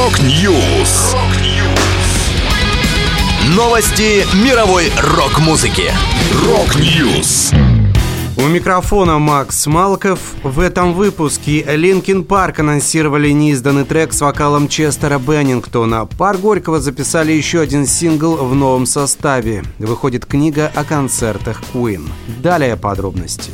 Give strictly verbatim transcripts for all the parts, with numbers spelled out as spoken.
Рок-Ньюс. Новости мировой рок-музыки. Рок-Ньюс. У микрофона Макс Малков. В этом выпуске Linkin Park анонсировали неизданный трек с вокалом Честера Беннингтона. Парк Горького записали еще один сингл в новом составе. Выходит книга о концертах Queen. Далее подробности.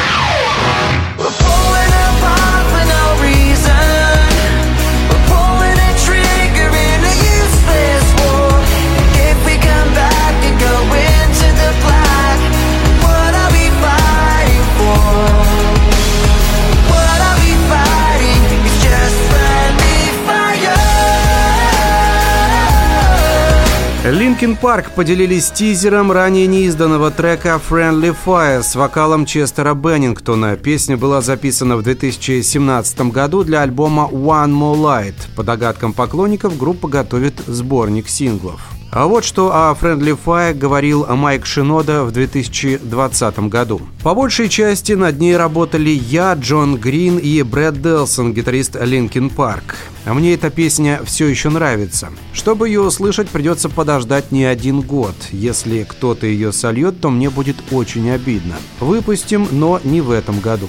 Linkin Park поделились тизером ранее неизданного трека «Friendly Fire» с вокалом Честера Беннингтона. Песня была записана в две тысячи семнадцатом году для альбома «One More Light». По догадкам поклонников, группа готовит сборник синглов. А вот что о Friendly Fire говорил Майк Шинода в две тысячи двадцатом году. По большей части над ней работали я, Джон Грин и Брэд Делсон, гитарист Linkin Park. А мне эта песня все еще нравится. Чтобы ее услышать, придется подождать не один год. Если кто-то ее сольет, то мне будет очень обидно. Выпустим, но не в этом году.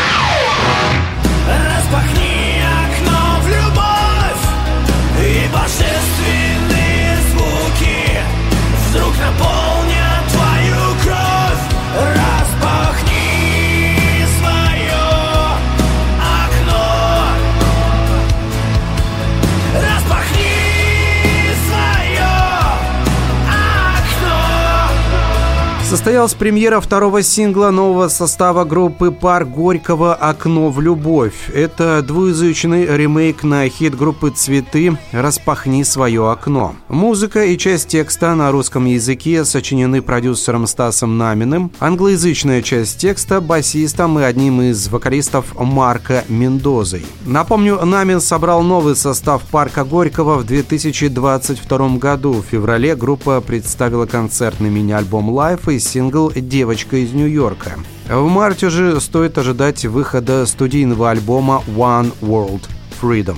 Распахни окно в любовь, и божественные звуки вдруг наполнят твою кровь. Распахни свое окно. Распахни свое окно. Состоялась премьера второго сингла нового состава группы Парк Горького «Окно в любовь». Это двуязычный ремейк на хит группы «Цветы» «Распахни свое окно». Музыка и часть текста на русском языке сочинены продюсером Стасом Наминым, англоязычная часть текста басистом и одним из вокалистов Марко Мендозой. Напомню, Намин собрал новый состав Парка Горького в две тысячи двадцать втором году. В феврале группа представила концертный мини-альбом «Live» и сингл «Девочка из Нью-Йорка». В марте же стоит ожидать выхода студийного альбома «One World Freedom».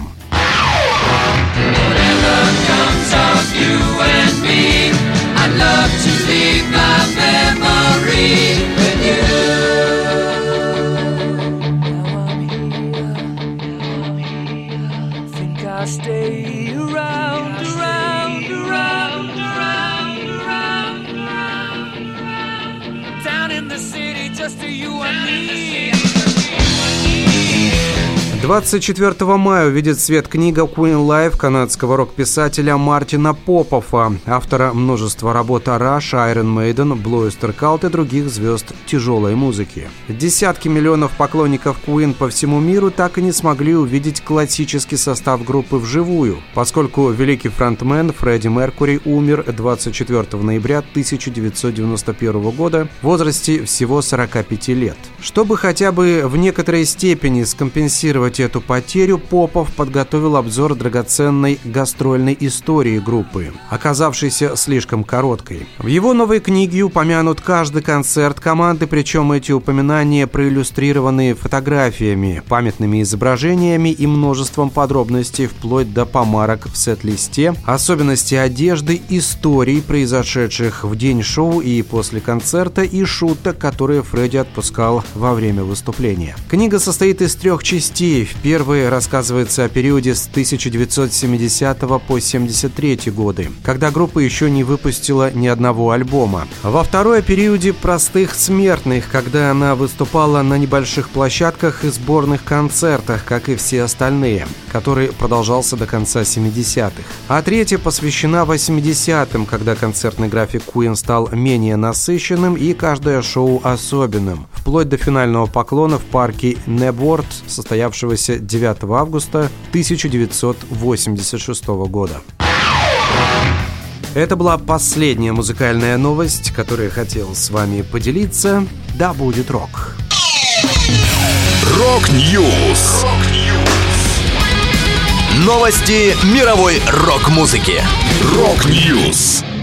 двадцать четвёртого мая увидит свет книга Queen Live канадского рок-писателя Мартина Попофа, автора множества работ о Rush, Iron Maiden, Blue Oyster Cult и других звезд тяжелой музыки. Десятки миллионов поклонников Queen по всему миру так и не смогли увидеть классический состав группы вживую, поскольку великий фронтмен Фредди Меркьюри умер двадцать четвёртого ноября тысяча девятьсот девяносто первого года в возрасте всего сорока пяти лет. Чтобы хотя бы в некоторой степени скомпенсировать эту потерю, Попов подготовил обзор драгоценной гастрольной истории группы, оказавшейся слишком короткой. В его новой книге упомянут каждый концерт команды, причем эти упоминания проиллюстрированы фотографиями, памятными изображениями и множеством подробностей вплоть до помарок в сет-листе, особенностей одежды, историй, произошедших в день шоу и после концерта, и шуток, которые Фредди отпускал во время выступления. Книга состоит из трех частей. В первой рассказывается о периоде с тысяча девятьсот семидесятого по семьдесят третий годы, когда группа еще не выпустила ни одного альбома. Во второй — о периоде простых смертных, когда она выступала на небольших площадках и сборных концертах, как и все остальные, который продолжался до конца семидесятых. А третья посвящена восьмидесятым, когда концертный график Queen стал менее насыщенным и каждое шоу особенным, вплоть до финального поклона в парке Небворт, состоявшегося девятого августа тысяча девятьсот восемьдесят шестого года. Это была последняя музыкальная новость, которую я хотел с вами поделиться. Да будет рок! Рок-Ньюс. Новости мировой рок-музыки. Рок-Ньюс.